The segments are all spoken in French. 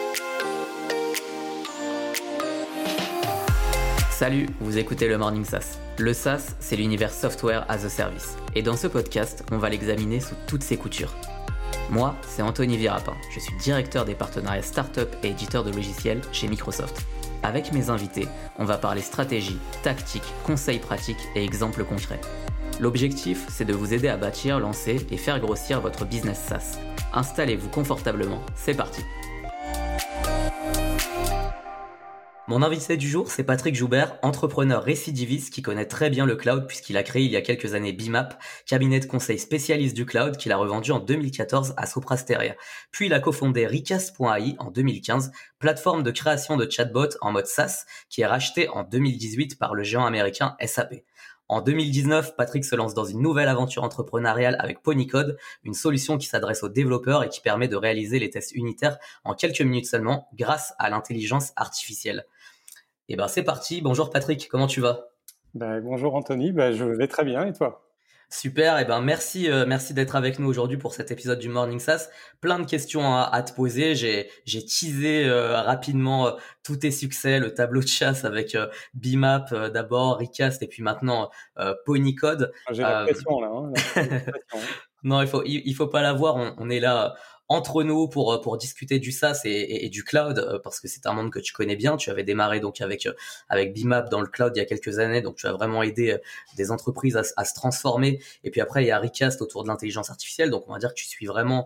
Salut, vous écoutez le Morning SaaS. Le SaaS, c'est l'univers Software as a Service. Et dans ce podcast, on va l'examiner sous toutes ses coutures. Moi, c'est Anthony Virapin. Je suis directeur des partenariats startup et éditeur de logiciels chez Microsoft. Avec mes invités, on va parler stratégie, tactique, conseils pratiques et exemples concrets. L'objectif, c'est de vous aider à bâtir, lancer et faire grossir votre business SaaS. Installez-vous confortablement, c'est parti. Mon invité du jour, c'est Patrick Joubert, entrepreneur récidiviste qui connaît très bien le cloud puisqu'il a créé il y a quelques années Bimap, cabinet de conseil spécialiste du cloud qu'il a revendu en 2014 à Soprasteria. Puis il a cofondé Recast.ai en 2015, plateforme de création de chatbots en mode SaaS qui est rachetée en 2018 par le géant américain SAP. En 2019, Patrick se lance dans une nouvelle aventure entrepreneuriale avec Ponycode, une solution qui s'adresse aux développeurs et qui permet de réaliser les tests unitaires en quelques minutes seulement grâce à l'intelligence artificielle. Et ben c'est parti. Bonjour Patrick, comment tu vas? Bonjour Anthony, je vais très bien et toi? Super, et ben merci d'être avec nous aujourd'hui pour cet épisode du Morning SaaS. Plein de questions à te poser. J'ai teasé rapidement tous tes succès, le tableau de chasse avec Bimap d'abord, Recast et puis maintenant Ponycode. J'ai la pression là, hein, j'ai la pression. Non, il faut pas l'avoir. On est là entre nous pour discuter du SaaS et du cloud parce que c'est un monde que tu connais bien. Tu avais démarré donc avec Bimap dans le cloud il y a quelques années, donc tu as vraiment aidé des entreprises à se transformer. Et puis après il y a Recast autour de l'intelligence artificielle, donc on va dire que tu suis vraiment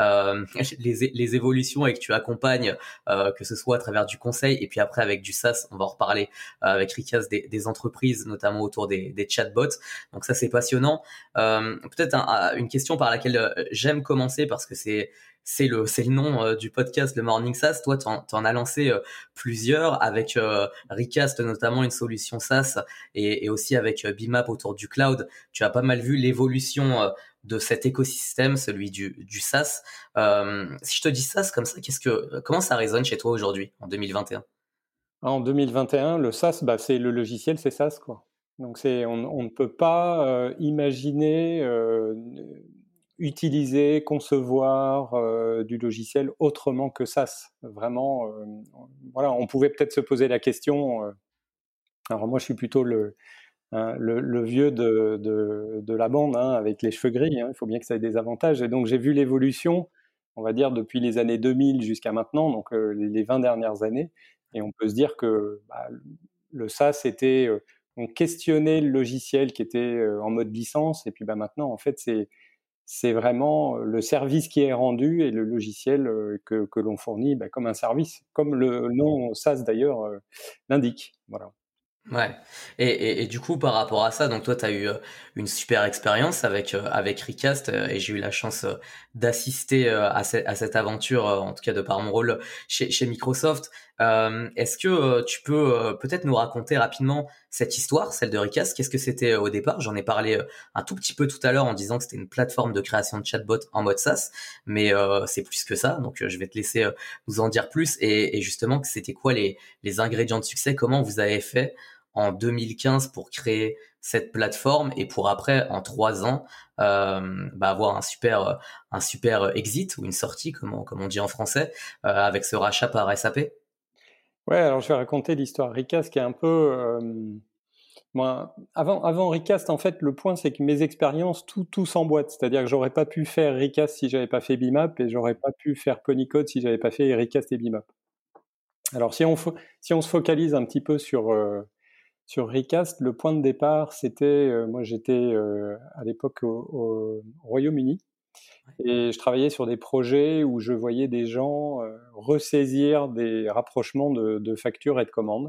les évolutions et que tu accompagnes que ce soit à travers du conseil et puis après avec du SaaS. On va en reparler avec Recast des entreprises notamment autour des chatbots. Donc ça c'est passionnant. Peut-être une question par laquelle j'aime commencer parce que c'est le nom du podcast, le Morning SaaS. Toi, t'en as lancé plusieurs avec Recast, notamment une solution SaaS et aussi avec Bimap autour du cloud. Tu as pas mal vu l'évolution de cet écosystème, celui du SaaS. Si je te dis SaaS comme ça, comment ça résonne chez toi aujourd'hui, en 2021? En 2021, le SaaS, c'est le logiciel, c'est SaaS quoi. Donc on ne peut pas imaginer, utiliser, concevoir du logiciel autrement que SaaS. Vraiment, voilà, on pouvait peut-être se poser la question. Alors moi, je suis plutôt le vieux de la bande, hein, avec les cheveux gris, hein, il faut bien que ça ait des avantages. Et donc j'ai vu l'évolution, on va dire depuis les années 2000 jusqu'à maintenant, donc les 20 dernières années. Et on peut se dire que le SaaS c'était, on questionnait le logiciel qui était en mode licence, et puis maintenant en fait c'est vraiment le service qui est rendu et le logiciel que l'on fournit comme un service, comme le nom SaaS d'ailleurs l'indique. Voilà. Ouais. Et du coup, par rapport à ça, donc toi, tu as eu une super expérience avec Recast et j'ai eu la chance d'assister à cette aventure, en tout cas de par mon rôle chez Microsoft. Est-ce que tu peux peut-être nous raconter rapidement cette histoire, celle de Recast? Qu'est-ce que c'était au départ? J'en ai parlé un tout petit peu tout à l'heure en disant que c'était une plateforme de création de chatbot en mode SaaS, mais c'est plus que ça. Donc je vais te laisser nous en dire plus et justement que c'était quoi les ingrédients de succès, comment vous avez fait en 2015 pour créer cette plateforme et pour après en 3 ans avoir un super exit ou une sortie comme on dit en français avec ce rachat par SAP. Ouais, alors je vais raconter l'histoire Recast qui est un peu moi avant Recast, en fait le point c'est que mes expériences tout s'emboîte, c'est-à-dire que j'aurais pas pu faire Recast si j'avais pas fait Bimap et j'aurais pas pu faire Ponycode si j'avais pas fait Recast et Bimap. Alors si on se focalise un petit peu sur Recast, le point de départ, c'était, moi j'étais à l'époque au Royaume-Uni et je travaillais sur des projets où je voyais des gens ressaisir des rapprochements de factures et de commandes.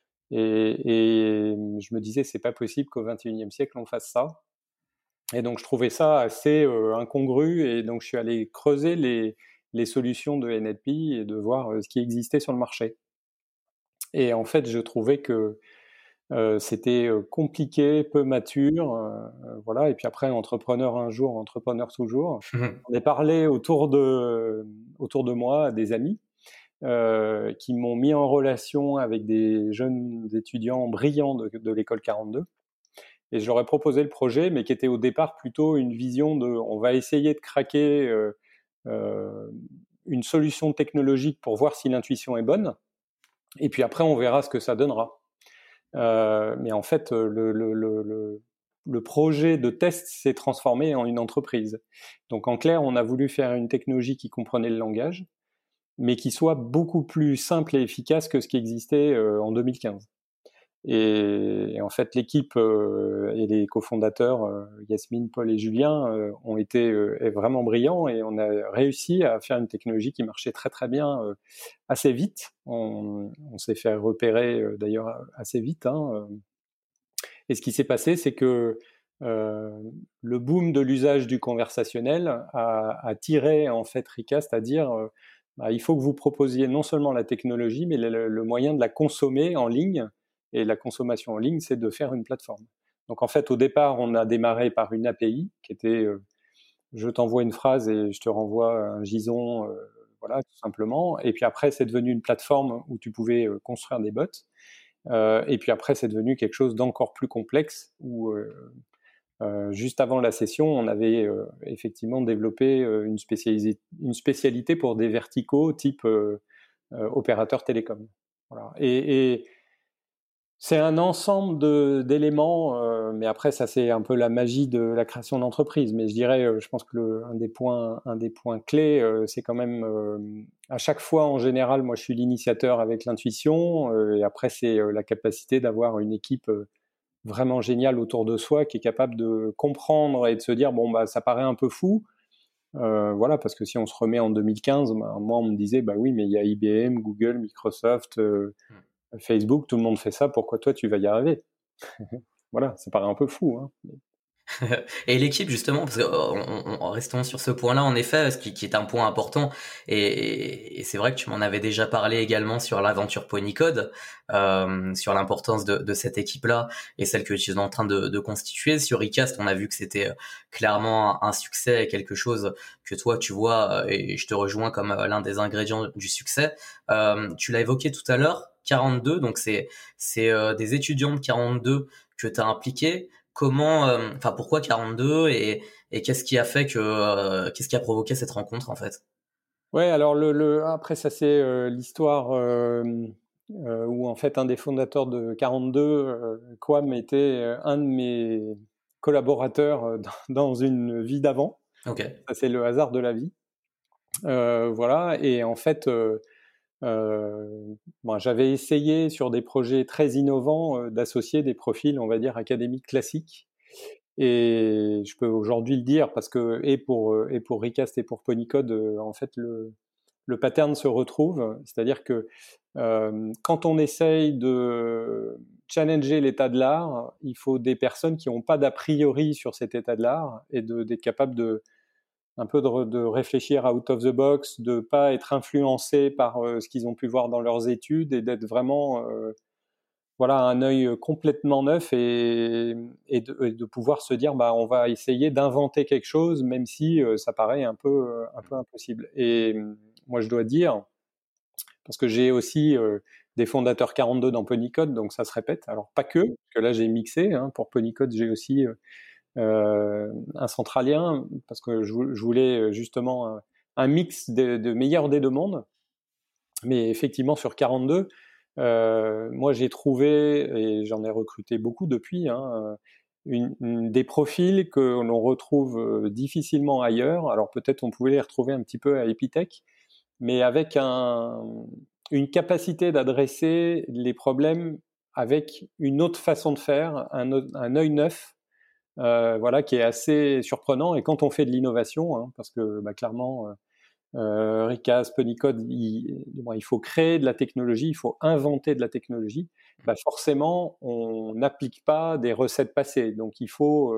Et je me disais, c'est pas possible qu'au XXIe siècle on fasse ça. Et donc je trouvais ça assez incongru et donc je suis allé creuser les solutions de NLP et de voir ce qui existait sur le marché. Et en fait, je trouvais que c'était compliqué, peu mature, voilà. Et puis après, entrepreneur un jour, entrepreneur toujours. On est parlé autour de moi à des amis qui m'ont mis en relation avec des jeunes étudiants brillants de l'école 42. Et je leur ai proposé le projet, mais qui était au départ plutôt une vision de, on va essayer de craquer euh, une solution technologique pour voir si l'intuition est bonne. Et puis après, on verra ce que ça donnera. Mais en fait, le projet de test s'est transformé en une entreprise. Donc en clair, on a voulu faire une technologie qui comprenait le langage, mais qui soit beaucoup plus simple et efficace que ce qui existait en 2015. Et en fait, l'équipe et les cofondateurs, Yasmine, Paul et Julien, ont été vraiment brillants et on a réussi à faire une technologie qui marchait très très bien assez vite. On s'est fait repérer d'ailleurs assez vite. Et ce qui s'est passé, c'est que le boom de l'usage du conversationnel a tiré en fait Recast à dire bah, il faut que vous proposiez non seulement la technologie, mais le moyen de la consommer en ligne. Et la consommation en ligne, c'est de faire une plateforme. Donc en fait, au départ, on a démarré par une API qui était je t'envoie une phrase et je te renvoie un JSON, voilà, tout simplement. Et puis après, c'est devenu une plateforme où tu pouvais construire des bots. Et puis après, c'est devenu quelque chose d'encore plus complexe où juste avant la session, on avait effectivement développé une spécialité pour des verticaux type opérateur télécom. Voilà. Et c'est un ensemble d'éléments, mais après ça c'est un peu la magie de la création d'entreprise. Mais je dirais, je pense que un des points clés, c'est quand même à chaque fois en général, moi je suis l'initiateur avec l'intuition, et après c'est la capacité d'avoir une équipe vraiment géniale autour de soi qui est capable de comprendre et de se dire bon bah ça paraît un peu fou. Voilà, parce que si on se remet en 2015, bah, moi on me disait bah oui mais il y a IBM, Google, Microsoft, Facebook, tout le monde fait ça, pourquoi toi tu vas y arriver? Voilà, ça paraît un peu fou. Hein. Et l'équipe justement, parce que restons sur ce point-là en effet, qui est un point important, et c'est vrai que tu m'en avais déjà parlé également sur l'aventure Ponycode, sur l'importance de cette équipe-là et celle que tu es en train de constituer. Sur Recast, on a vu que c'était clairement un succès et quelque chose que toi tu vois, et je te rejoins comme l'un des ingrédients du succès. Tu l'as évoqué tout à l'heure, 42, donc c'est des étudiants de 42 que tu as impliqués. Comment, enfin pourquoi 42 et qu'est-ce qui a fait que qu'est-ce qui a provoqué cette rencontre en fait? Ouais, alors après ça c'est l'histoire où en fait un des fondateurs de 42, Quam, était un de mes collaborateurs dans une vie d'avant. Ok. Ça c'est le hasard de la vie. Voilà, et en fait bon, j'avais essayé sur des projets très innovants d'associer des profils, on va dire, académiques classiques. Et je peux aujourd'hui le dire parce que et pour Recast et pour Ponycode, en fait le pattern se retrouve, c'est-à-dire que quand on essaye de challenger l'état de l'art, il faut des personnes qui n'ont pas d'a priori sur cet état de l'art et d'être capables de un peu de réfléchir out of the box, de pas être influencés par ce qu'ils ont pu voir dans leurs études et d'être vraiment voilà un œil complètement neuf et de pouvoir se dire bah on va essayer d'inventer quelque chose même si ça paraît un peu impossible. Et moi je dois dire parce que j'ai aussi des fondateurs 42 dans Ponycode donc ça se répète. Alors pas que parce que là j'ai mixé pour Ponycode j'ai aussi un centralien parce que je voulais justement un mix de meilleurs des deux mondes. Mais effectivement, sur 42, moi j'ai trouvé, et j'en ai recruté beaucoup depuis, des profils que l'on retrouve difficilement ailleurs. Alors peut-être on pouvait les retrouver un petit peu à Epitech, mais avec une capacité d'adresser les problèmes avec une autre façon de faire, un œil neuf, voilà, qui est assez surprenant. Et quand on fait de l'innovation, parce que bah, clairement, Recast, Ponycode, il faut créer de la technologie, il faut inventer de la technologie. Bah, forcément, on n'applique pas des recettes passées. Donc il faut,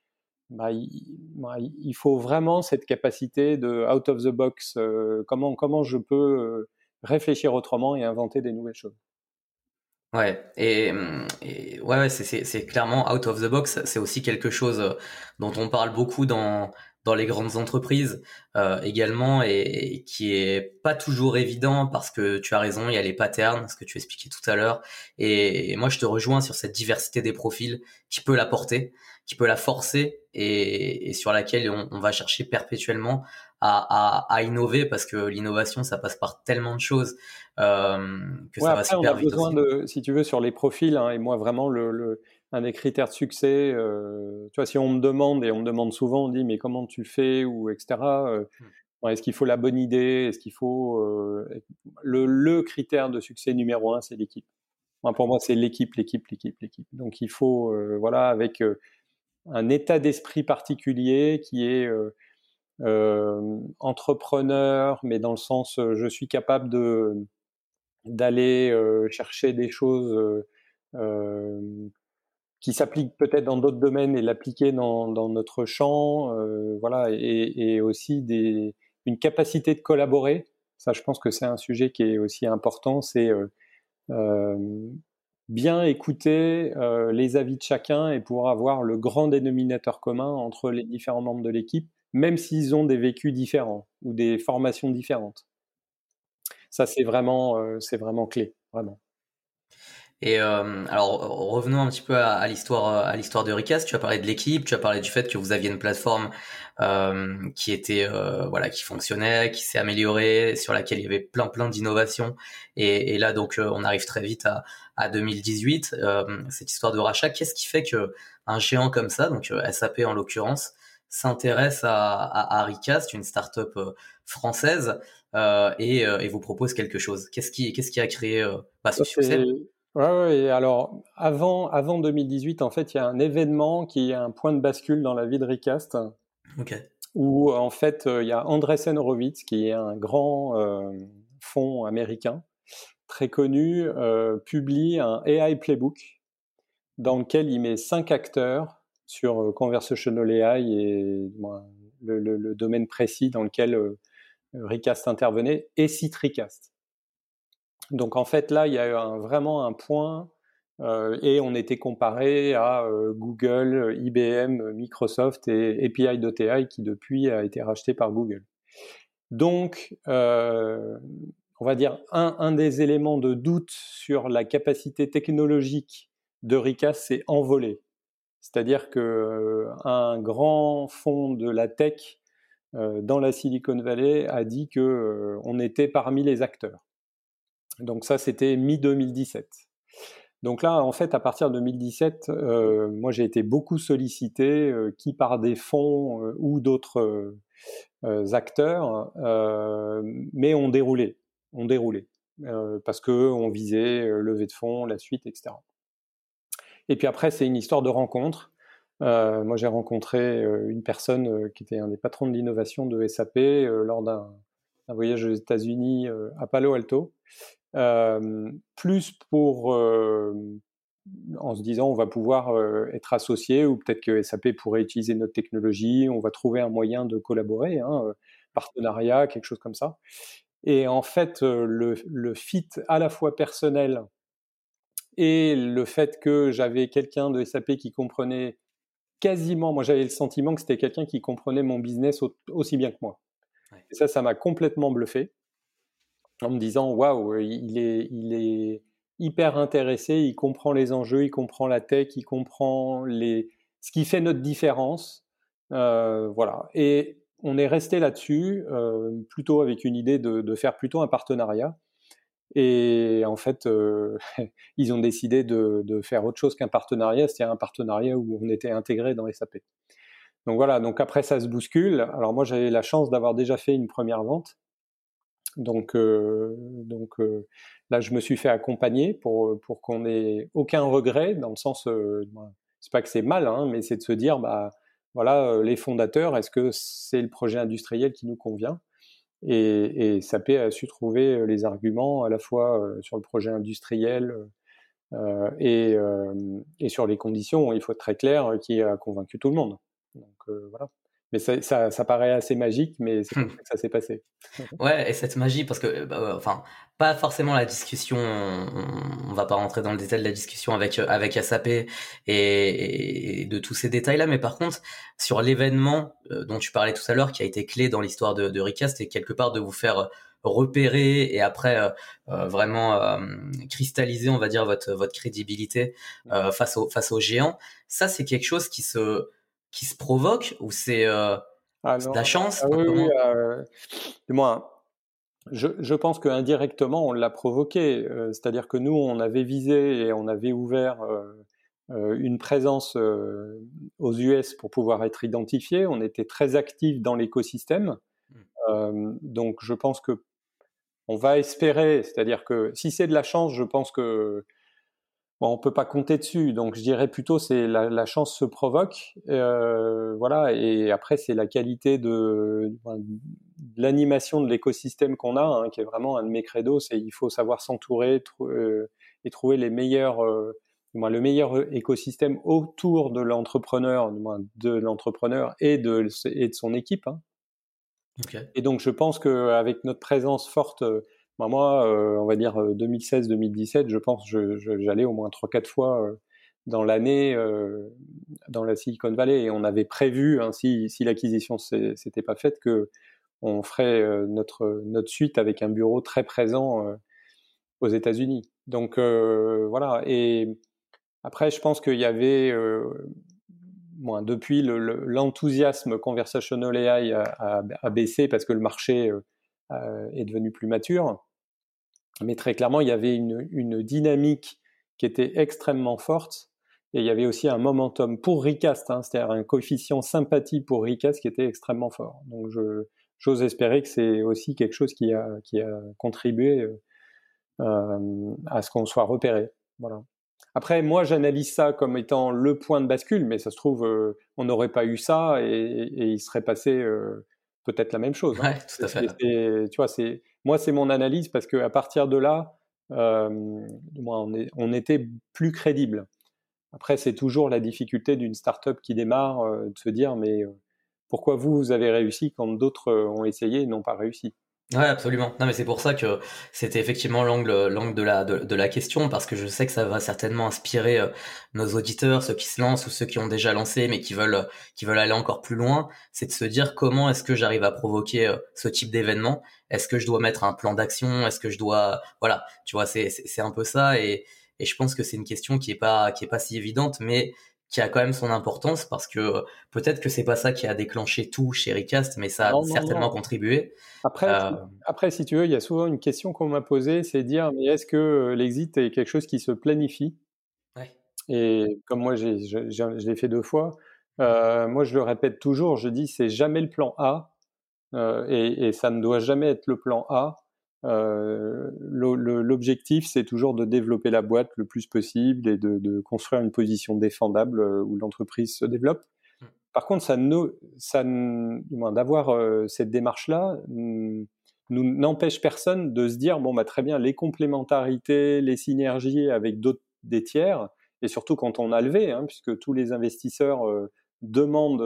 il faut vraiment cette capacité de out of the box. Comment je peux réfléchir autrement et inventer des nouvelles choses. Ouais, et ouais, c'est clairement out of the box. C'est aussi quelque chose dont on parle beaucoup dans les grandes entreprises également et qui est pas toujours évident parce que tu as raison, il y a les patterns, ce que tu expliquais tout à l'heure. Et moi, je te rejoins sur cette diversité des profils qui peut la porter, qui peut la forcer et sur laquelle on va chercher perpétuellement à innover, parce que l'innovation, ça passe par tellement de choses que Ouais, ça va après, on a super vite besoin aussi. de, si tu veux, sur les profils, hein, et moi, vraiment, un des critères de succès, tu vois, si on me demande, et on me demande souvent, on dit, mais comment tu fais, ou etc., ouais, est-ce qu'il faut la bonne idée, est-ce qu'il faut, le critère de succès numéro un, c'est l'équipe. Moi, pour moi, c'est l'équipe, l'équipe, l'équipe, l'équipe. Donc, il faut, voilà, avec un état d'esprit particulier qui est entrepreneur, mais dans le sens, je suis capable d'aller chercher des choses euh, qui s'appliquent peut-être dans d'autres domaines et l'appliquer dans notre champ, voilà, et aussi une capacité de collaborer. Ça, je pense que c'est un sujet qui est aussi important. C'est euh, bien écouter les avis de chacun et pouvoir avoir le grand dénominateur commun entre les différents membres de l'équipe, même s'ils ont des vécus différents ou des formations différentes. Ça, c'est vraiment clé, vraiment. Et alors revenons un petit peu à l'histoire de Ricas. Tu as parlé de l'équipe, tu as parlé du fait que vous aviez une plateforme qui était voilà, qui fonctionnait, qui s'est améliorée, sur laquelle il y avait plein d'innovations. Et là donc on arrive très vite à 2018, cette histoire de rachat. Qu'est-ce qui fait que un géant comme ça, donc SAP en l'occurrence, s'intéresse à Ricas, une startup française, et vous propose quelque chose? Qu'est-ce qui a créé ce Ça, succès? ouais, ouais, et alors, avant 2018, en fait, il y a un événement qui est un point de bascule dans la vie de Recast, Ok. où, en fait, il y a Andreessen Horowitz, qui est un grand fonds américain, très connu, publie un AI Playbook, dans lequel il met 5 acteurs sur conversational AI et bon, le domaine précis dans lequel Recast intervenait, et cite Recast. Donc en fait là, il y a eu vraiment un point, et on était comparé à Google, IBM, Microsoft et API.ai qui depuis a été racheté par Google. Donc on va dire un des éléments de doute sur la capacité technologique de Recast s'est envolé. C'est-à-dire que un grand fonds de la tech dans la Silicon Valley a dit que on était parmi les acteurs. Donc ça, c'était mi-2017. Donc là, en fait, à partir de 2017, moi, j'ai été beaucoup sollicité, qui par des fonds ou d'autres acteurs, mais on déroulait, parce que on visait levée de fonds, la suite, etc. Et puis après, c'est une histoire de rencontre. Moi, j'ai rencontré une personne qui était un des patrons de l'innovation de SAP lors d'un voyage aux États-Unis à Palo Alto. Plus pour en se disant on va pouvoir être associé ou peut-être que SAP pourrait utiliser notre technologie, on va trouver un moyen de collaborer, hein, partenariat, quelque chose comme ça. Et en fait, le fit à la fois personnel et le fait que j'avais quelqu'un de SAP qui comprenait quasiment, moi j'avais le sentiment que c'était quelqu'un qui comprenait mon business aussi bien que moi. Ouais. Et ça m'a complètement bluffé en me disant waouh, il est hyper intéressé, il comprend les enjeux, il comprend la tech, il comprend ce qui fait notre différence. Voilà. Et on est resté là-dessus, plutôt avec une idée de faire plutôt un partenariat. Et en fait, ils ont décidé de faire autre chose qu'un partenariat, c'est-à-dire un partenariat où on était intégré dans SAP. Donc voilà, donc après ça se bouscule. Alors moi j'avais la chance d'avoir déjà fait une première vente. Donc là, je me suis fait accompagner pour qu'on ait aucun regret, dans le sens, c'est pas que c'est mal, hein, mais c'est de se dire, bah voilà, les fondateurs, est-ce que c'est le projet industriel qui nous convient? Et SAP a su trouver les arguments à la fois sur le projet industriel et sur les conditions, il faut être très clair, qui a convaincu tout le monde. Donc voilà. Mais ça paraît assez magique, mais c'est comme ça que ça s'est passé. Ouais, et cette magie, parce que, enfin, pas forcément la discussion, on va pas rentrer dans le détail de la discussion avec SAP et de tous ces détails-là, mais par contre, sur l'événement dont tu parlais tout à l'heure, qui a été clé dans l'histoire de Rika, c'était quelque part de vous faire repérer et après vraiment cristalliser, on va dire, votre crédibilité face aux géants. Ça, c'est quelque chose qui se provoque ou c'est C'est de la Alors, chance, ah enfin, oui, oui, comment? du moins, je pense qu'indirectement, on l'a provoqué. C'est-à-dire que nous, on avait visé et on avait ouvert une présence aux US pour pouvoir être identifié. On était très actifs dans l'écosystème. Hmm. Donc, je pense que on va espérer. C'est-à-dire que si c'est de la chance, je pense que bon, on peut pas compter dessus. Donc, je dirais plutôt c'est la chance se provoque. Voilà. Et après, c'est la qualité de l'animation de l'écosystème qu'on a, hein, qui est vraiment un de mes credos. C'est il faut savoir s'entourer et trouver les meilleurs, le meilleur écosystème autour de l'entrepreneur, et de son équipe, hein. Ok. Et donc, je pense qu'avec notre présence forte, moi, on va dire 2016-2017, je pense j'allais au moins 3-4 fois dans l'année dans la Silicon Valley. Et on avait prévu, hein, si l'acquisition s'était pas faite, que on ferait notre suite avec un bureau très présent aux États-Unis. Donc voilà. Et après, je pense qu'il y avait, depuis l'enthousiasme conversational AI a baissé parce que le marché est devenu plus mature. Mais très clairement, il y avait une dynamique qui était extrêmement forte. Et il y avait aussi un momentum pour Recast, hein, c'est-à-dire un coefficient sympathie pour Recast qui était extrêmement fort. Donc j'ose espérer que c'est aussi quelque chose qui a contribué à ce qu'on soit repéré. Voilà. Après, moi, j'analyse ça comme étant le point de bascule, mais ça se trouve, on n'aurait pas eu ça et il serait passé peut-être la même chose, hein. Ouais, tout à fait. Tu vois, moi, c'est mon analyse parce qu'à partir de là, euh, on était plus crédible. Après, c'est toujours la difficulté d'une startup qui démarre de se dire, mais pourquoi vous avez réussi quand d'autres ont essayé et n'ont pas réussi? Ouais, absolument. Non, mais c'est pour ça que c'était effectivement l'angle de la question, parce que je sais que ça va certainement inspirer nos auditeurs, ceux qui se lancent ou ceux qui ont déjà lancé mais qui veulent aller encore plus loin. C'est de se dire comment est-ce que j'arrive à provoquer ce type d'événement. Est-ce que je dois mettre un plan d'action? Est-ce que je dois, voilà, tu vois, c'est un peu ça. Et je pense que c'est une question qui est pas si évidente, mais qui a quand même son importance, parce que peut-être que c'est pas ça qui a déclenché tout chez Recast, mais ça a Non, non, non. certainement contribué. Après, Euh, après, si tu veux, il y a souvent une question qu'on m'a posée, c'est dire, mais est-ce que l'exit est quelque chose qui se planifie? ouais. Et comme moi, je l'ai fait 2 fois, moi, je le répète toujours, je dis, c'est jamais le plan A, et ça ne doit jamais être le plan A. L'objectif, c'est toujours de développer la boîte le plus possible et de construire une position défendable où l'entreprise se développe. Mm. Par contre, du moins, d'avoir cette démarche-là nous n'empêche personne de se dire bon bah très bien, les complémentarités, les synergies avec des tiers, et surtout quand on a levé, hein, puisque tous les investisseurs demandent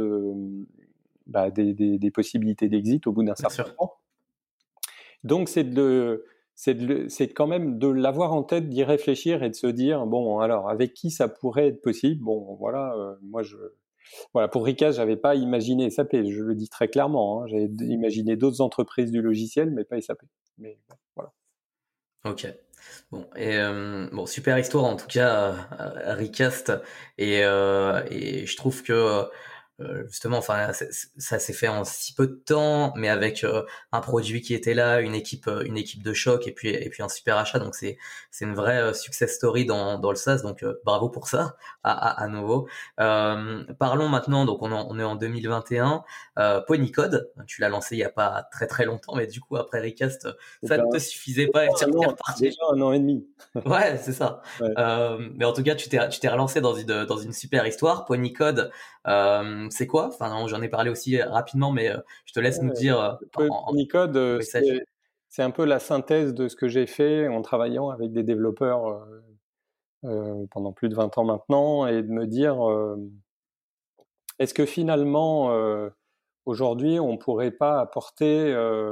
des possibilités d'exit au bout d'un Bien certain sûr. temps. Donc c'est quand même de l'avoir en tête, d'y réfléchir et de se dire bon alors avec qui ça pourrait être possible. Bon voilà, voilà, pour Ricas, j'avais pas imaginé SAP, je le dis très clairement, hein. J'avais imaginé d'autres entreprises du logiciel, mais pas SAP. Mais bon, voilà. Ok. Bon, et bon, super histoire en tout cas, Recast. Et je trouve que justement, enfin, ça s'est fait en si peu de temps, mais avec un produit qui était là, une équipe de choc, et puis un super achat. Donc c'est une vraie success story dans le SaaS. Donc bravo pour ça à nouveau. Parlons maintenant. Donc on est en 2021. Ponycode, tu l'as lancé il y a pas très très longtemps, mais du coup après Recast, Eh ça ne ben, te suffisait pas et tu es reparti. déjà 1 an et demi. Ouais, c'est ça. Ouais. Mais en tout cas, tu t'es relancé dans une super histoire. Ponycode, c'est quoi? Enfin, non, j'en ai parlé aussi rapidement, mais je te laisse nous dire Ponycode, de quoi il s'agit. c'est un peu la synthèse de ce que j'ai fait en travaillant avec des développeurs pendant plus de 20 ans maintenant, et de me dire est-ce que finalement aujourd'hui on pourrait pas apporter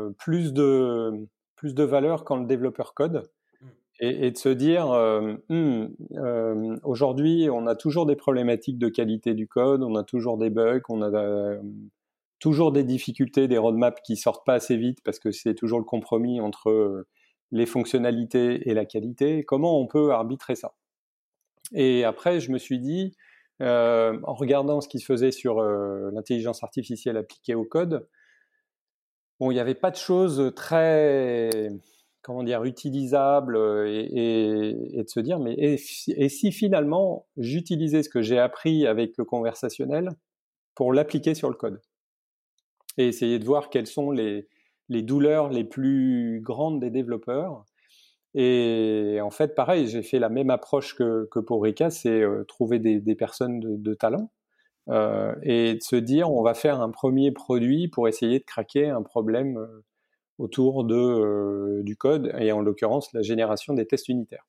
plus de valeur quand le développeur code, et de se dire aujourd'hui on a toujours des problématiques de qualité du code, on a toujours des bugs, on a toujours des difficultés, des roadmaps qui sortent pas assez vite parce que c'est toujours le compromis entre les fonctionnalités et la qualité. Comment on peut arbitrer ça? Et après je me suis dit en regardant ce qui se faisait sur l'intelligence artificielle appliquée au code, bon, il n'y avait pas de choses très, comment dire, utilisables et de se dire, mais et si finalement j'utilisais ce que j'ai appris avec le conversationnel pour l'appliquer sur le code et essayer de voir quelles sont les douleurs les plus grandes des développeurs. Et en fait, pareil, j'ai fait la même approche que pour Rika, c'est trouver des personnes de talent et de se dire, on va faire un premier produit pour essayer de craquer un problème autour du code, et en l'occurrence, la génération des tests unitaires.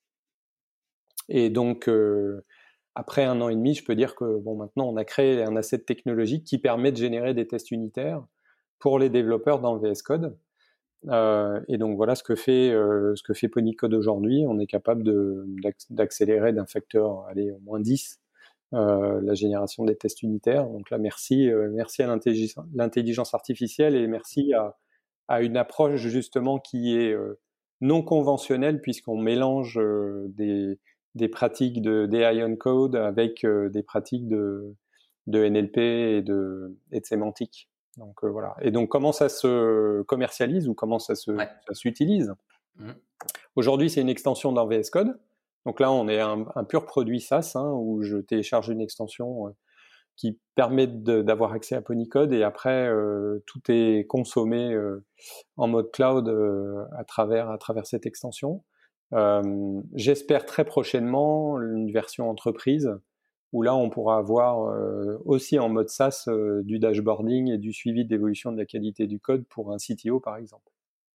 Et donc, après 1 an et demi, je peux dire que bon, maintenant, on a créé un asset technologique qui permet de générer des tests unitaires pour les développeurs dans VS Code. Et donc voilà ce que fait Ponycode aujourd'hui. On est capable d'accélérer d'un facteur, allez, au moins 10 la génération des tests unitaires. Donc là, merci à l'intelligence artificielle et merci à une approche justement qui est non conventionnelle, puisqu'on mélange des pratiques d'AI on code avec des pratiques de NLP et de sémantique. Donc voilà. Et donc comment ça se commercialise ou comment ça s'utilise? Aujourd'hui, c'est une extension dans VS Code. Donc là, on est un pur produit SaaS où je télécharge une extension qui permet d'avoir accès à Ponycode, et après tout est consommé en mode cloud à travers cette extension. J'espère très prochainement une version entreprise où là on pourra avoir aussi en mode SaaS du dashboarding et du suivi d'évolution de la qualité du code pour un CTO par exemple.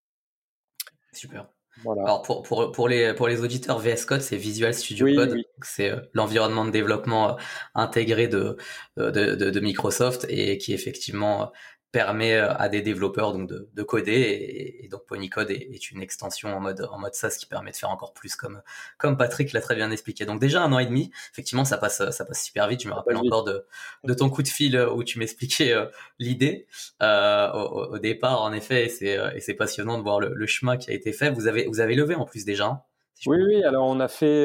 Super. Voilà. Alors pour les auditeurs, VS Code, c'est Visual Studio Code. Oui. C'est l'environnement de développement intégré de Microsoft, et qui effectivement permet à des développeurs donc de coder, et donc Ponycode est une extension en mode SaaS qui permet de faire encore plus, comme Patrick l'a très bien expliqué. Donc déjà 1 an et demi, effectivement ça passe super vite. Je me rappelle encore de ton coup de fil où tu m'expliquais l'idée au départ, en effet, et c'est passionnant de voir le chemin qui a été fait. Vous avez levé en plus déjà. Oui. Alors on a fait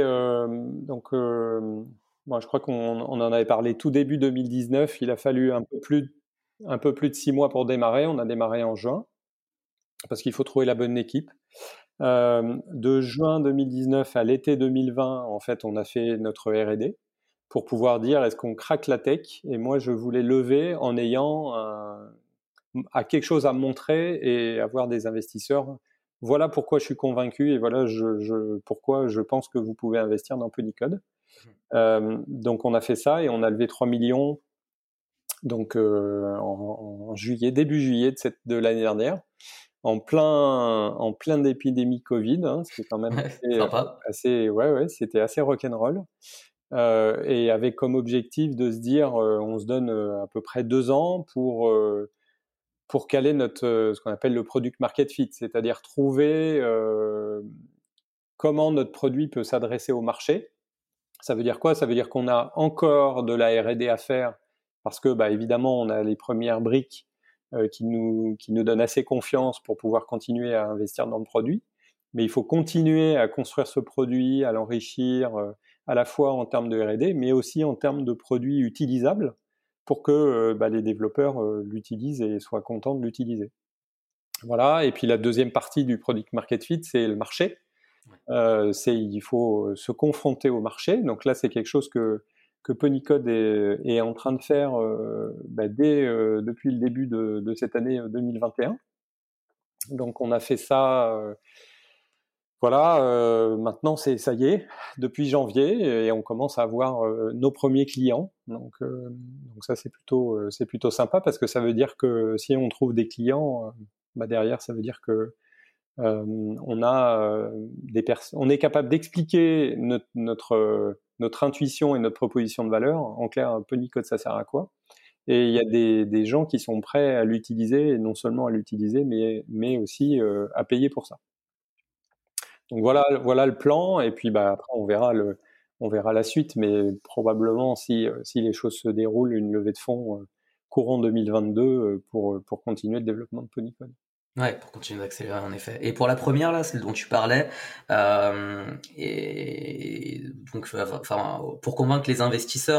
bon, je crois qu'on en avait parlé tout début 2019. Il a fallu un peu plus de 6 mois pour démarrer. On a démarré en juin parce qu'il faut trouver la bonne équipe. De juin 2019 à l'été 2020, en fait, on a fait notre R&D pour pouvoir dire est-ce qu'on craque la tech. Et moi, je voulais lever en ayant à quelque chose à montrer et avoir des investisseurs. Voilà pourquoi je suis convaincu et voilà pourquoi je pense que vous pouvez investir dans Ponycode. Donc on a fait ça et on a levé 3 millions donc en juillet, début juillet de l'année dernière, en plein d'épidémie Covid, c'était quand même c'était assez rock'n'roll. Et avec comme objectif de se dire, on se donne à peu près 2 ans pour caler ce qu'on appelle le product market fit, c'est-à-dire trouver comment notre produit peut s'adresser au marché. Ça veut dire quoi? Ça veut dire qu'on a encore de la R&D à faire parce que, évidemment, on a les premières briques qui nous donnent assez confiance pour pouvoir continuer à investir dans le produit. Mais il faut continuer à construire ce produit, à l'enrichir à la fois en termes de R&D, mais aussi en termes de produits utilisables pour que les développeurs l'utilisent et soient contents de l'utiliser. Voilà. Et puis la deuxième partie du product market fit, c'est le marché. Il faut se confronter au marché. Donc là, c'est quelque chose que Ponycode est en train de faire depuis le début de cette année 2021. Donc on a fait ça. Maintenant ça y est, depuis janvier, et on commence à avoir nos premiers clients. Donc ça c'est plutôt sympa parce que ça veut dire que si on trouve des clients, derrière ça veut dire que on est capable d'expliquer notre intuition et notre proposition de valeur. En clair, Ponycode, ça sert à quoi? Et il y a des gens qui sont prêts à l'utiliser, et non seulement à l'utiliser, mais aussi à payer pour ça. Donc voilà le plan. Et puis après on verra la suite, mais probablement si les choses se déroulent, une levée de fonds courant 2022 pour continuer le développement de Ponycode. Ouais, pour continuer d'accélérer en effet. Et pour la première là, celle dont tu parlais, et donc, enfin, pour convaincre les investisseurs,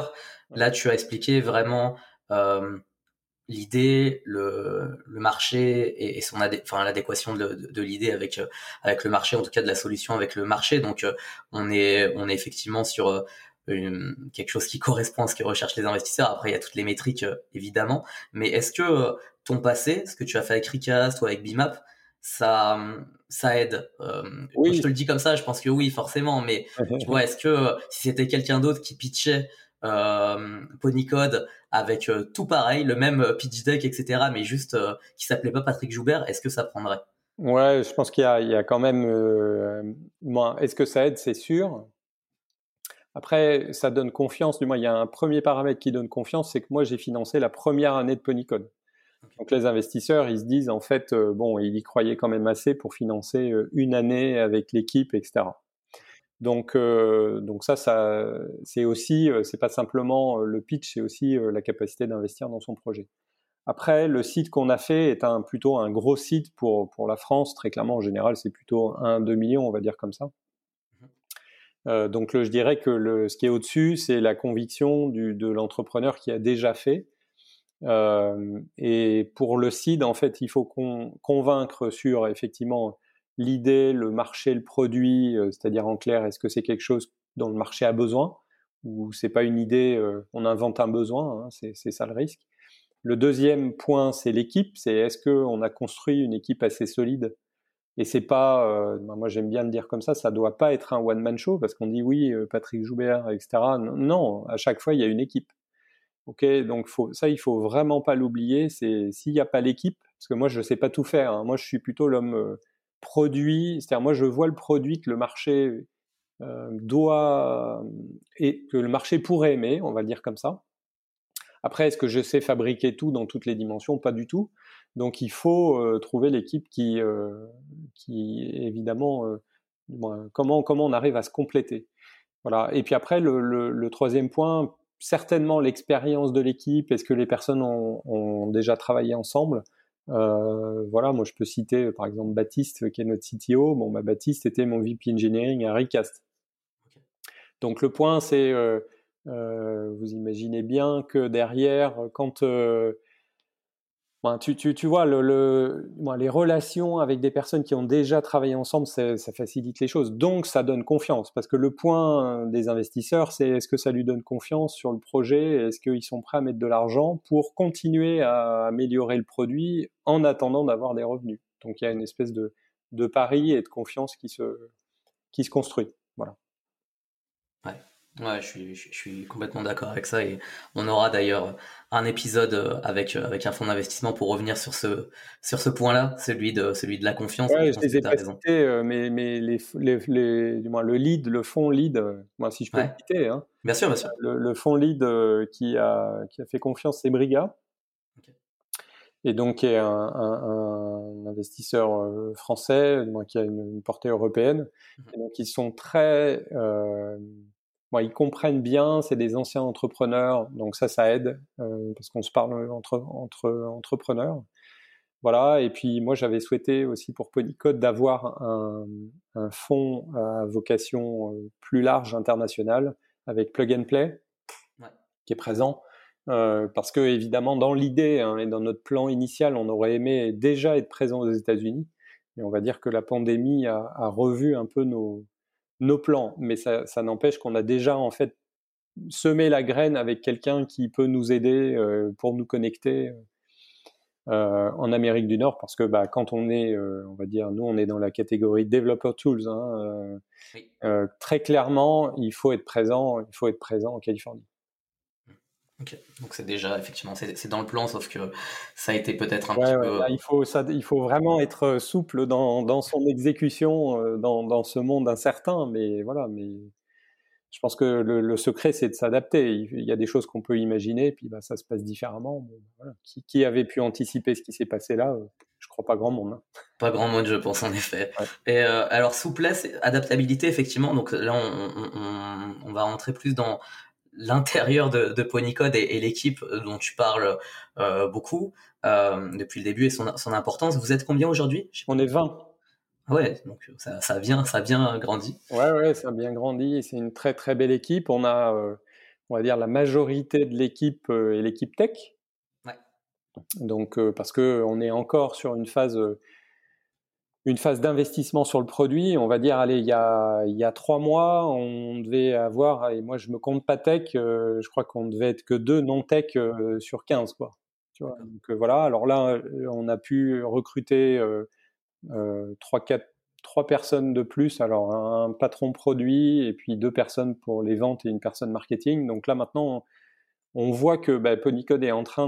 Là, tu as expliqué vraiment euh, l'idée, le marché et son l'adéquation de l'idée avec le marché, en tout cas de la solution avec le marché. Donc on est effectivement sur quelque chose qui correspond à ce que recherchent les investisseurs. Après, il y a toutes les métriques évidemment, mais est-ce que ton passé, ce que tu as fait avec Recast ou avec Bimap, ça ça aide je Oui. te le dis comme ça, je pense que oui, forcément, mais tu vois, est-ce que si c'était quelqu'un d'autre qui pitchait Ponycode avec tout pareil, le même pitch deck, etc., mais juste qui s'appelait pas Patrick Joubert, est-ce que ça prendrait? Ouais, je pense qu'il y a quand même. Est-ce que ça aide? C'est sûr. Après, ça donne confiance. Du moins, il y a un premier paramètre qui donne confiance, c'est que moi, j'ai financé la première année de Ponycode. Okay. Donc, les investisseurs, ils se disent, en fait, bon, ils y croyaient quand même assez pour financer une année avec l'équipe, etc. Donc ça, c'est aussi, c'est pas simplement le pitch, c'est aussi la capacité d'investir dans son projet. Après, le site qu'on a fait est plutôt un gros site pour la France. Très clairement, en général, c'est plutôt 1-2 millions, on va dire comme ça. Donc, je dirais que ce qui est au-dessus, c'est la conviction de l'entrepreneur qui a déjà fait. Et pour le seed, en fait, il faut convaincre sur effectivement l'idée, le marché, le produit, c'est-à-dire en clair, est-ce que c'est quelque chose dont le marché a besoin ou c'est pas une idée, on invente un besoin, hein, c'est ça le risque. Le deuxième point, c'est l'équipe, c'est est-ce qu'on a construit une équipe assez solide et c'est pas, moi j'aime bien le dire comme ça doit pas être un one-man show parce qu'on dit oui, Patrick Joubert, etc. Non, à chaque fois il y a une équipe. Ok, donc il faut vraiment pas l'oublier. C'est s'il n'y a pas l'équipe, parce que moi je sais pas tout faire. Hein. Moi je suis plutôt l'homme produit, c'est-à-dire moi je vois le produit que le marché doit et que le marché pourrait aimer, on va le dire comme ça. Après, est-ce que je sais fabriquer tout dans toutes les dimensions? Pas du tout. Donc il faut trouver l'équipe qui évidemment, comment on arrive à se compléter. Voilà. Et puis après, le troisième point, certainement l'expérience de l'équipe. Est-ce que les personnes ont déjà travaillé ensemble? Voilà, moi je peux citer par exemple Baptiste, qui est notre CTO. Bon, Baptiste était mon VP Engineering à Recast. Okay. Donc le point, c'est, vous imaginez bien que derrière, quand tu vois, les relations avec des personnes qui ont déjà travaillé ensemble, ça facilite les choses. Donc, ça donne confiance. Parce que le point des investisseurs, c'est est-ce que ça lui donne confiance sur le projet? Est-ce qu'ils sont prêts à mettre de l'argent pour continuer à améliorer le produit en attendant d'avoir des revenus? Donc, il y a une espèce de pari et de confiance qui se construit. Voilà. Ouais. Ouais, je suis complètement d'accord avec ça et on aura d'ailleurs un épisode avec un fonds d'investissement pour revenir sur ce point-là, celui de la confiance, mais Ouais, je je pense les que ai tu as pas raison. cités, mais du moins, le fonds lead, moi, si je peux le Ouais. citer, hein. Bien sûr, bien sûr. Le fonds lead qui a fait confiance, c'est Briga, Okay. et donc qui est un investisseur français, qui a une portée européenne. Et donc ils sont très, ils comprennent bien, c'est des anciens entrepreneurs, donc ça aide parce qu'on se parle entre entrepreneurs. Voilà, et puis moi j'avais souhaité aussi pour Ponycode d'avoir un fonds à vocation plus large, internationale, avec Plug and Play, Ouais. qui est présent. Parce que évidemment, dans l'idée et dans notre plan initial, on aurait aimé déjà être présent aux États-Unis. Et on va dire que la pandémie a revu un peu nos plans. Mais ça n'empêche qu'on a déjà en fait semé la graine avec quelqu'un qui peut nous aider pour nous connecter en Amérique du Nord. Parce que quand on est, on va dire, nous on est dans la catégorie Developer Tools. Hein, Oui. très clairement, il faut être présent en Californie. Ok. Donc c'est déjà effectivement c'est dans le plan, sauf que ça a été peut-être un petit Ouais, peu. là, il faut vraiment être souple dans son exécution dans ce monde incertain. Mais voilà, mais je pense que le secret, c'est de s'adapter. Il y a des choses qu'on peut imaginer, puis ça se passe différemment. Bon, voilà. Qui avait pu anticiper ce qui s'est passé là? Je crois pas grand monde. Hein. Pas grand monde, je pense, en effet. Ouais. Et alors, souplesse, adaptabilité, effectivement. Donc là, on va rentrer plus dans l'intérieur de Ponycode et l'équipe dont tu parles beaucoup depuis le début et son importance. Vous êtes combien aujourd'hui? On est 20. Ah ouais, donc ça a bien grandi. Ouais, ça a bien grandi. C'est une très très belle équipe. On a on va dire, la majorité de l'équipe est l'équipe tech. Ouais. Donc, parce que on est encore sur une phase d'investissement sur le produit. On va dire, allez, il y a 3 mois, on devait avoir, et moi je me compte pas tech, je crois qu'on devait être que 2 non tech sur 15, quoi. Tu vois. D'accord. Donc voilà. Alors là, on a pu recruter 3 personnes de plus. Alors un patron produit et puis 2 personnes pour les ventes et une personne marketing. Donc là maintenant, on voit que Ponycode est en train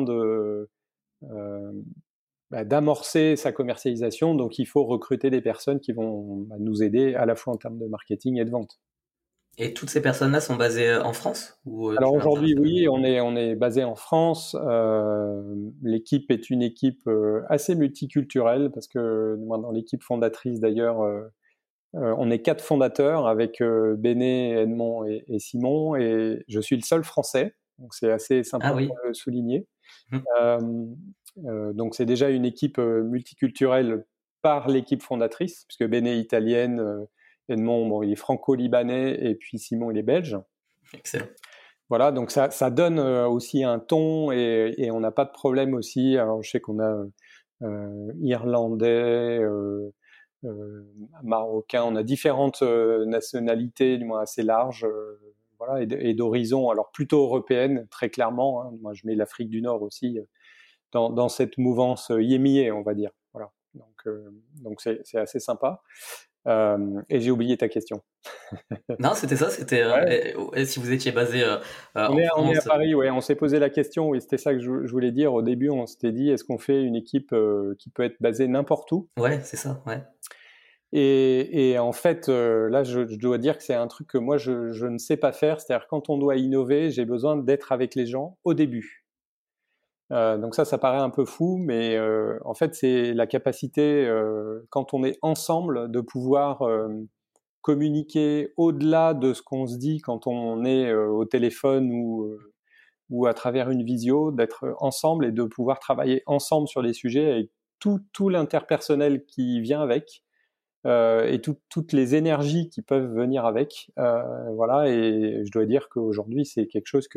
euh, d'amorcer sa commercialisation. Donc il faut recruter des personnes qui vont nous aider à la fois en termes de marketing et de vente. Et toutes ces personnes-là sont basées en France ou Alors tu es aujourd'hui, international? oui, on est basé en France. L'équipe est une équipe assez multiculturelle parce que moi, dans l'équipe fondatrice d'ailleurs, on est 4 fondateurs avec Béné, Edmond et Simon, et je suis le seul Français, donc c'est assez sympa Ah de oui. le souligner. Mhm. Euh, donc c'est déjà une équipe multiculturelle par l'équipe fondatrice, puisque Béné est italienne, Edmond, bon, il est franco-libanais, et puis Simon, il est belge. Excellent. Voilà, donc ça donne aussi un ton, et on n'a pas de problème aussi. Alors je sais qu'on a irlandais, marocain, on a différentes nationalités, du moins assez larges, voilà, et d'horizons, alors plutôt européennes, très clairement. Hein. Moi, je mets l'Afrique du Nord aussi dans cette mouvance yémiée, on va dire. Voilà. Donc c'est assez sympa. Et j'ai oublié ta question. Non, c'était ça, c'était Ouais. et si vous étiez basé On en est à France. Paris, ouais. On s'est posé la question, et c'était ça que je voulais dire. Au début, on s'était dit, est-ce qu'on fait une équipe qui peut être basée n'importe où? Ouais, c'est ça, ouais. Et en fait, là, je dois dire que c'est un truc que moi, je ne sais pas faire. C'est-à-dire, quand on doit innover, j'ai besoin d'être avec les gens au début. Donc ça paraît un peu fou, mais en fait, c'est la capacité, quand on est ensemble, de pouvoir communiquer au-delà de ce qu'on se dit quand on est au téléphone ou à travers une visio, d'être ensemble et de pouvoir travailler ensemble sur les sujets avec tout l'interpersonnel qui vient avec, et toutes les énergies qui peuvent venir avec. Voilà, et je dois dire qu'aujourd'hui, c'est quelque chose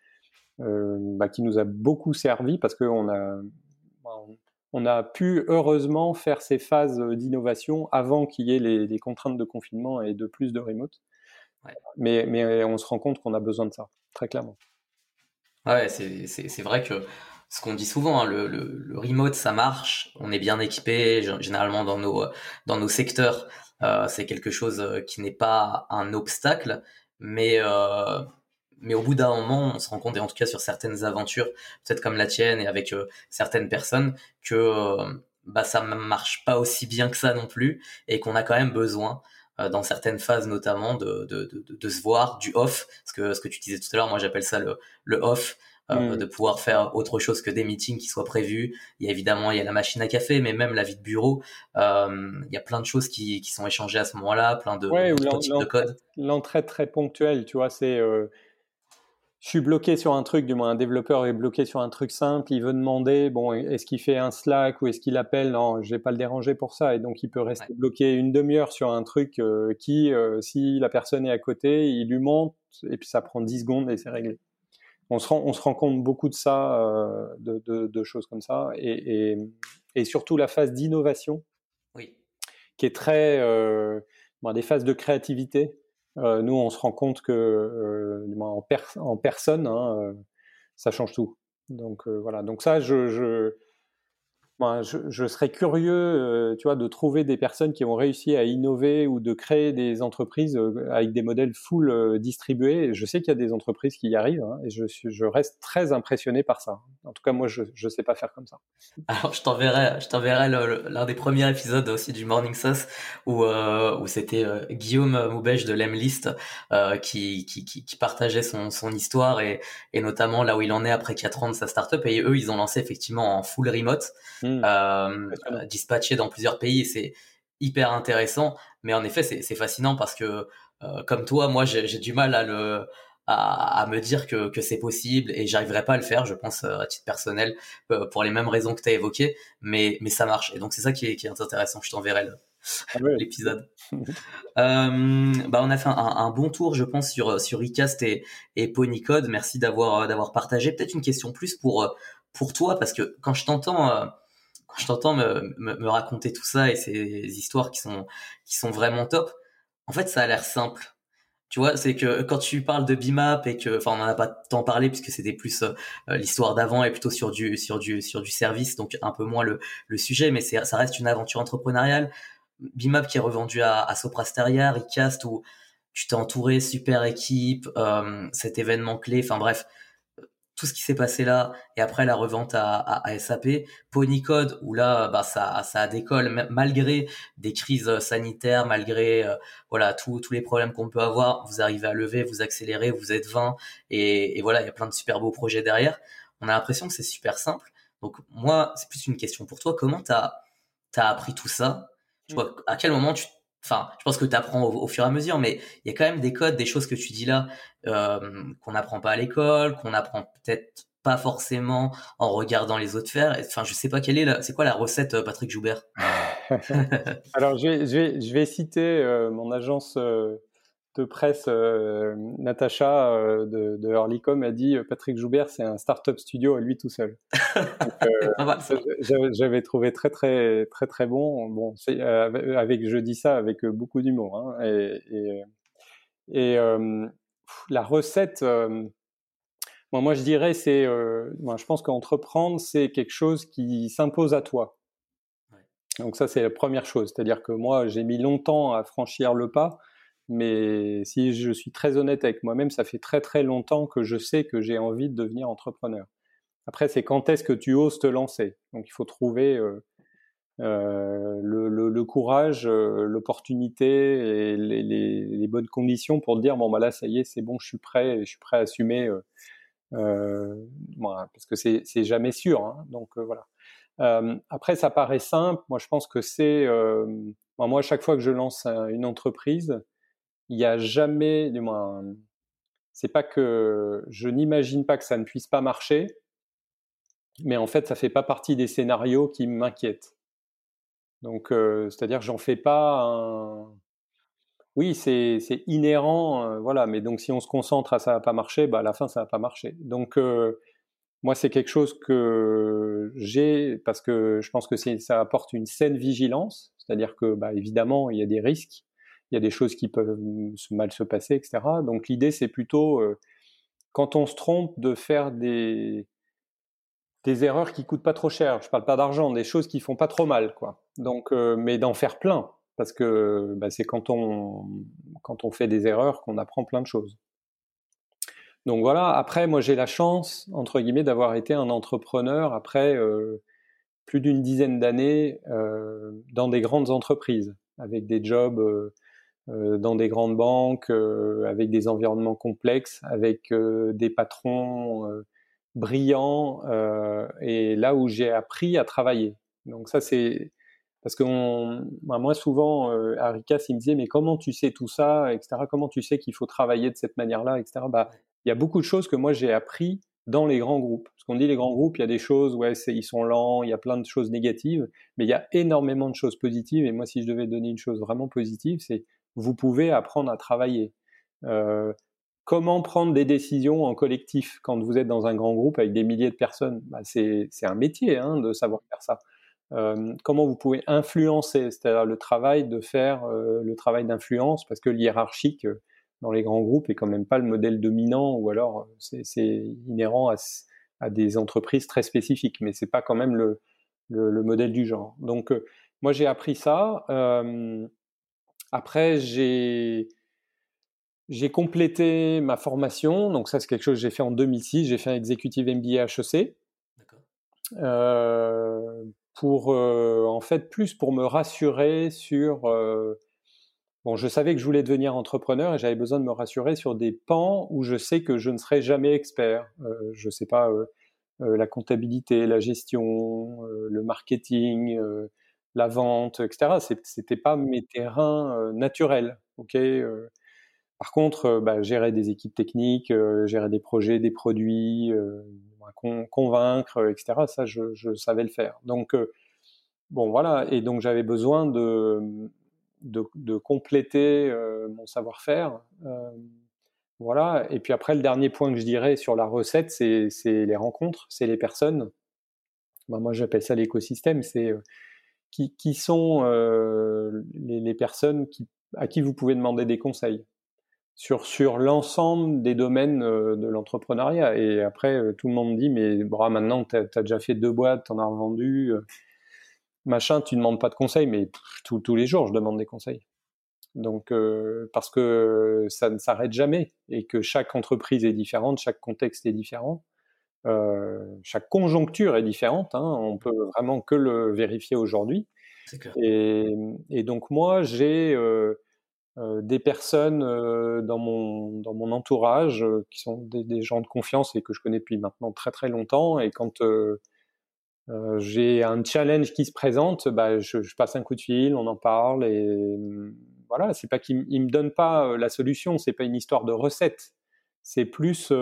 qui nous a beaucoup servi parce qu'on on a pu heureusement faire ces phases d'innovation avant qu'il y ait les contraintes de confinement et de plus de remote. Ouais. Mais on se rend compte qu'on a besoin de ça, très clairement. Ouais, c'est vrai que ce qu'on dit souvent, hein, le remote, ça marche, on est bien équipé, généralement dans nos secteurs, c'est quelque chose qui n'est pas un obstacle, mais euh, mais au bout d'un moment, on se rend compte, et en tout cas sur certaines aventures, peut-être comme la tienne et avec certaines personnes, que ça marche pas aussi bien que ça non plus, et qu'on a quand même besoin dans certaines phases notamment de se voir du off, ce que tu disais tout à l'heure, moi j'appelle ça le off, de pouvoir faire autre chose que des meetings qui soient prévus. Il y a évidemment, il y a la machine à café, mais même la vie de bureau, il y a plein de choses qui sont échangées à ce moment-là, plein Ouais, ou d'autres types de codes. l'entraide très ponctuelle, tu vois, c'est je suis bloqué sur un truc, du moins un développeur est bloqué sur un truc simple, il veut demander, bon, est-ce qu'il fait un Slack ou est-ce qu'il appelle? Non, je vais pas le déranger pour ça, et donc il peut Ouais. rester bloqué une demi-heure sur un truc si la personne est à côté, il lui monte, et puis ça prend 10 secondes et c'est réglé. On se rend compte beaucoup de ça, de choses comme ça, et surtout la phase d'innovation Oui. qui est très des phases de créativité. Nous, on se rend compte que en personne, hein, ça change tout. Donc voilà. Donc ça, je serais curieux, tu vois, de trouver des personnes qui ont réussi à innover ou de créer des entreprises avec des modèles full distribués. Et je sais qu'il y a des entreprises qui y arrivent, hein, et je reste très impressionné par ça. En tout cas, moi, je sais pas faire comme ça. Alors je t'enverrai l'un des premiers épisodes aussi du Morning Sauce où c'était Guillaume Moubèche de l'Emlist qui partageait son histoire et notamment là où il en est après 4 ans de sa startup, et eux ils ont lancé effectivement en full remote, Impressionnant. dispatché dans plusieurs pays, et c'est hyper intéressant. Mais en effet c'est fascinant parce que comme toi, moi j'ai du mal à me dire que c'est possible, et j'arriverai pas à le faire, je pense, à titre personnel, pour les mêmes raisons que tu as évoquées, mais ça marche. Et donc c'est ça qui est intéressant. Je t'enverrai Ah ouais. l'épisode. On a fait un bon tour, je pense, sur Recast et Ponycode. Merci d'avoir partagé. Peut-être une question plus pour toi, parce que quand je t'entends me raconter tout ça et ces histoires qui sont vraiment top, en fait, ça a l'air simple. Tu vois, c'est que quand tu parles de BIMAP et que, enfin, on en a pas tant parlé puisque c'était plus l'histoire d'avant et plutôt sur du service, donc un peu moins le sujet, mais ça reste une aventure entrepreneuriale. BIMAP qui est revendu à Soprasteria, Recast où tu t'es entouré, super équipe, cet événement clé, enfin bref, tout ce qui s'est passé là, et après la revente à SAP, Ponycode où là ça décolle malgré des crises sanitaires, malgré voilà tous les problèmes qu'on peut avoir, vous arrivez à lever, vous accélérez, vous êtes 20 et voilà, il y a plein de super beaux projets derrière. On a l'impression que c'est super simple. Donc moi, c'est plus une question pour toi, comment t'as appris tout ça? Tu vois, à quel moment enfin, je pense que tu apprends au fur et à mesure, mais il y a quand même des codes, des choses que tu dis là qu'on n'apprend pas à l'école, qu'on apprend peut-être pas forcément en regardant les autres faire. Enfin, je sais pas c'est quoi la recette, Patrick Joubert? Alors, je vais citer mon agence de presse, Natacha de Earlycom a dit Patrick Joubert, c'est un startup studio à lui tout seul. Donc, Pas mal, ça. j'avais trouvé très très très très bon. Bon, je dis ça avec beaucoup d'humour. Hein, la recette, moi je dirais moi je pense qu'entreprendre c'est quelque chose qui s'impose à toi. Ouais. Donc ça c'est la première chose, c'est-à-dire que moi j'ai mis longtemps à franchir le pas, mais si je suis très honnête avec moi-même, ça fait très très longtemps que je sais que j'ai envie de devenir entrepreneur. Après c'est quand est-ce que tu oses te lancer. Donc il faut trouver le courage, l'opportunité et les bonnes conditions pour te dire bon bah là ça y est c'est bon je suis prêt à assumer bon, parce que c'est jamais sûr hein, donc voilà. Après ça paraît simple, moi je pense que moi à chaque fois que je lance une entreprise il y a jamais du moins c'est pas que je n'imagine pas que ça ne puisse pas marcher, mais en fait ça fait pas partie des scénarios qui m'inquiètent. Donc, c'est-à-dire que j'en fais pas un. Oui, c'est inhérent, voilà. Mais donc, si on se concentre à ça va pas marcher, bah à la fin ça va pas marcher. Donc, moi c'est quelque chose que j'ai parce que je pense que ça apporte une saine vigilance, c'est-à-dire que bah évidemment il y a des risques, il y a des choses qui peuvent mal se passer, etc. Donc l'idée c'est plutôt quand on se trompe de faire des erreurs qui coûtent pas trop cher. Je parle pas d'argent, des choses qui font pas trop mal, quoi. Donc, mais d'en faire plein, parce que bah, c'est quand on fait des erreurs qu'on apprend plein de choses. Donc voilà. Après, moi, j'ai la chance entre guillemets d'avoir été un entrepreneur après plus d'une dizaine d'années dans des grandes entreprises, avec des jobs dans des grandes banques, avec des environnements complexes, avec des patrons brillants, et là où j'ai appris à travailler. Donc ça, c'est parce que moi souvent, à Ricas, il me disait mais comment tu sais tout ça, etc. Comment tu sais qu'il faut travailler de cette manière-là, etc. Bah, Ouais. il y a beaucoup de choses que moi j'ai appris dans les grands groupes. Parce qu'on dit les grands groupes, il y a des choses, ouais, ils sont lents, il y a plein de choses négatives, mais il y a énormément de choses positives. Et moi, si je devais donner une chose vraiment positive, c'est vous pouvez apprendre à travailler. Euh, Comment prendre des décisions en collectif quand vous êtes dans un grand groupe avec des milliers de personnes, bah c'est un métier hein, de savoir faire ça. Comment vous pouvez influencer, c'est-à-dire le travail de faire le travail d'influence, parce que le hiérarchique dans les grands groupes est quand même pas le modèle dominant, ou alors c'est inhérent à des entreprises très spécifiques, mais c'est pas quand même le modèle du genre. Donc moi j'ai appris ça. Après j'ai complété ma formation, donc ça c'est quelque chose que j'ai fait en 2006. J'ai fait un executive MBA HEC D'accord. pour en fait plus pour me rassurer sur. Bon, je savais que je voulais devenir entrepreneur et j'avais besoin de me rassurer sur des pans où je sais que je ne serai jamais expert. Je sais pas la comptabilité, la gestion, le marketing, la vente, etc. C'était pas mes terrains naturels. Ok. Par contre, bah, gérer des équipes techniques, gérer des projets, des produits, convaincre, etc. Ça, je savais le faire. Donc, bon, voilà. Et donc, j'avais besoin de compléter mon savoir-faire. Voilà. Et puis après, le dernier point que je dirais sur la recette, c'est les rencontres, c'est les personnes. Ben, moi, j'appelle ça l'écosystème. C'est qui sont les personnes à qui vous pouvez demander des conseils sur l'ensemble des domaines de l'entrepreneuriat. Et après, tout le monde dit, mais bon, maintenant, tu as déjà fait 2 boîtes, tu en as revendu, machin, tu ne demandes pas de conseils, mais tous les jours, je demande des conseils. Donc, parce que ça ne s'arrête jamais et que chaque entreprise est différente, chaque contexte est différent, chaque conjoncture est différente. Hein, on peut vraiment que le vérifier aujourd'hui. C'est clair. Et donc moi, j'ai des personnes dans mon entourage qui sont des gens de confiance et que je connais depuis maintenant très très longtemps. Et quand j'ai un challenge qui se présente, bah, je passe un coup de fil, on en parle et voilà. C'est pas qu'ils me donnent pas la solution, c'est pas une histoire de recette. C'est plus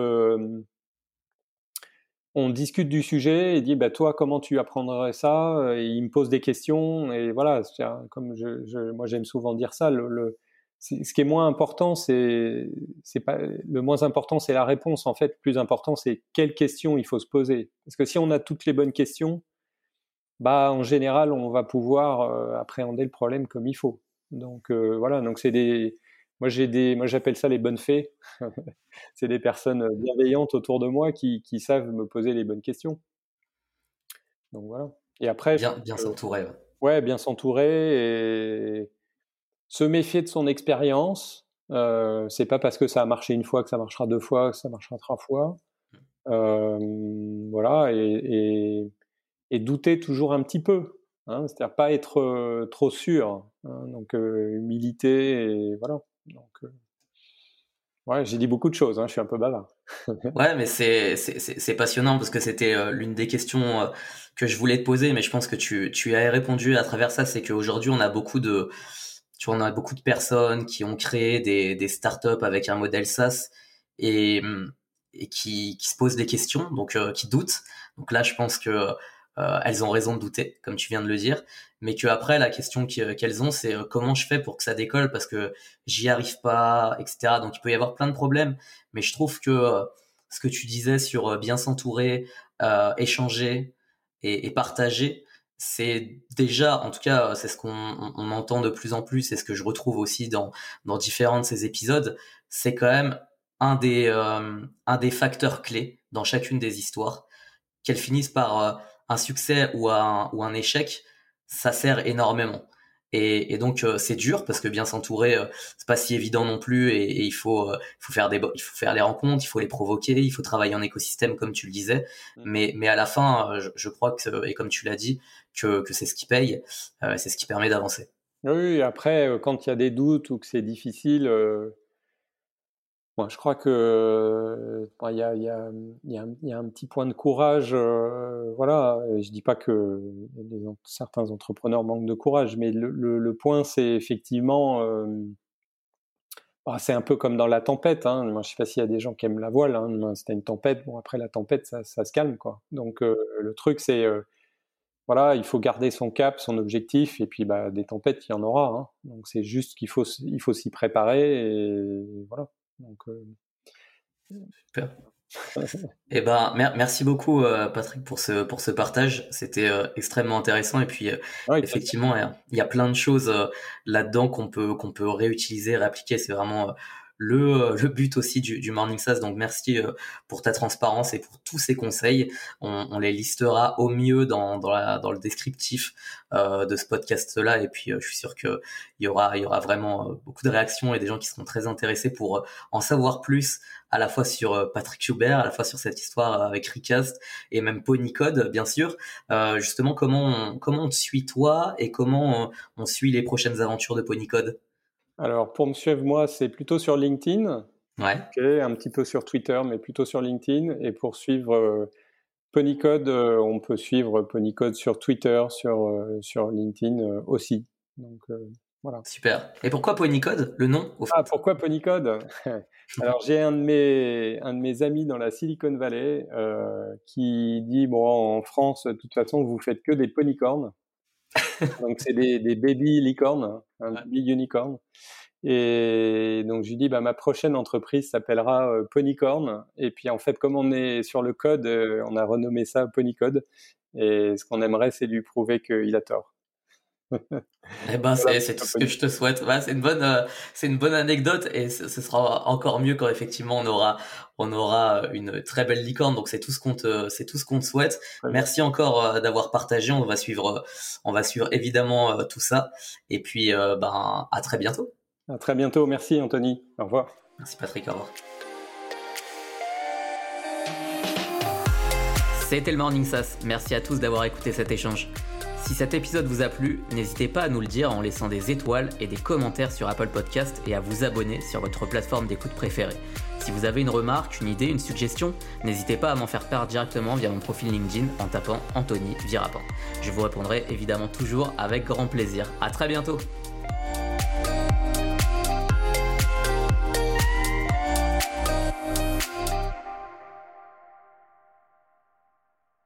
on discute du sujet et dit bah toi comment tu apprendrais ça et il me pose des questions et voilà, comme moi j'aime souvent dire ça, ce qui est moins important c'est pas le moins important c'est la réponse en fait, le plus important c'est quelles questions il faut se poser, parce que si on a toutes les bonnes questions, bah en général on va pouvoir appréhender le problème comme il faut. Donc voilà, donc c'est des moi j'appelle ça les bonnes fées. C'est des personnes bienveillantes autour de moi qui savent me poser les bonnes questions. Donc voilà. Et après, je Bien, pense bien que, s'entourer. Ouais. ouais, bien s'entourer et se méfier de son expérience. C'est pas parce que ça a marché une fois que ça marchera 2 fois, que ça marchera 3 fois. Voilà, et douter toujours un petit peu. Hein, c'est-à-dire pas être trop sûr. Hein, donc humilité et voilà. Donc ouais, j'ai dit beaucoup de choses. Hein, je suis un peu bavard. Ouais, mais c'est passionnant parce que c'était l'une des questions que je voulais te poser, mais je pense que tu y as répondu à travers ça. C'est qu'aujourd'hui, on a beaucoup de, tu vois, on a beaucoup de personnes qui ont créé des startups avec un modèle SaaS et, et qui se posent des questions, donc qui doutent. Donc là, je pense que elles ont raison de douter, comme tu viens de le dire, mais que après la question qu'elles ont, c'est comment je fais pour que ça décolle parce que j'y arrive pas, etc. Donc il peut y avoir plein de problèmes, mais je trouve que ce que tu disais sur bien s'entourer, échanger et partager, c'est déjà, en tout cas, c'est ce qu'on entend de plus en plus et ce que je retrouve aussi dans différents de ces épisodes, c'est quand même un des facteurs clés dans chacune des histoires, qu'elles finissent par un succès ou un échec, ça sert énormément. Et donc c'est dur parce que bien s'entourer, c'est pas si évident non plus et il faut faire les rencontres, il faut les provoquer, il faut travailler en écosystème comme tu le disais. Mais à la fin, je crois que et comme tu l'as dit que c'est ce qui paye, c'est ce qui permet d'avancer. Oui, après, quand il y a des doutes ou que c'est difficile, moi, je crois que bon, il y a un petit point de courage. Voilà, et je dis pas que certains entrepreneurs manquent de courage, mais le point, c'est effectivement, c'est un peu comme dans la tempête. Hein. Moi, je sais pas s'il y a des gens qui aiment la voile. Hein. Moi, c'était une tempête. Bon, après la tempête, ça se calme, quoi. Donc, le truc, c'est voilà, il faut garder son cap, son objectif, et puis bah, des tempêtes, il y en aura. Hein. Donc c'est juste il faut s'y préparer, et voilà. Donc, Super. Eh ben, merci beaucoup Patrick pour ce partage. C'était extrêmement intéressant et puis avec plaisir. effectivement il y a plein de choses là-dedans qu'on peut réutiliser, réappliquer. C'est vraiment le but aussi du Morning SaaS. Donc merci pour ta transparence et pour tous ces conseils. On les listera au mieux dans le descriptif de ce podcast-là. Et puis je suis sûr que il y aura vraiment beaucoup de réactions et des gens qui seront très intéressés pour en savoir plus à la fois sur Patrick Schubert, à la fois sur cette histoire avec Recast et même Ponycode, bien sûr. Justement, comment on te suit toi et comment on suit les prochaines aventures de Ponycode? Alors pour me suivre moi, c'est plutôt sur LinkedIn, Ouais, ok, un petit peu sur Twitter, mais plutôt sur LinkedIn. Et pour suivre Ponycode, on peut suivre Ponycode sur Twitter, sur LinkedIn aussi. Donc voilà. super. Et pourquoi Ponycode, le nom, au Ah, fait? pourquoi Ponycode? Alors, j'ai un de mes amis dans la Silicon Valley qui dit, bon, en France, de toute façon, vous faites que des ponycorns. Donc c'est des baby licornes, un Ouais. baby unicorn. Et donc je lui dis ma prochaine entreprise s'appellera Ponycorn. Et puis en fait, comme on est sur le code, on a renommé ça Ponycode. Et ce qu'on aimerait, c'est lui prouver qu'il a tort. Eh ben, Voilà, c'est tout un ce peu. que je te souhaite. Ouais, c'est une bonne anecdote et ce sera encore mieux quand effectivement on aura une très belle licorne. Donc c'est tout ce qu'on te souhaite. Très bien. Merci encore d'avoir partagé. On va suivre évidemment tout ça. Et puis, ben, à très bientôt. À très bientôt. Merci, Anthony. Au revoir. Merci Patrick, au revoir. C'était le Morning SaaS. Merci à tous d'avoir écouté cet échange. Si cet épisode vous a plu, n'hésitez pas à nous le dire en laissant des étoiles et des commentaires sur Apple Podcast et à vous abonner sur votre plateforme d'écoute préférée. Si vous avez une remarque, une idée, une suggestion, n'hésitez pas à m'en faire part directement via mon profil LinkedIn en tapant Anthony Virapin. Je vous répondrai évidemment toujours avec grand plaisir. À très bientôt.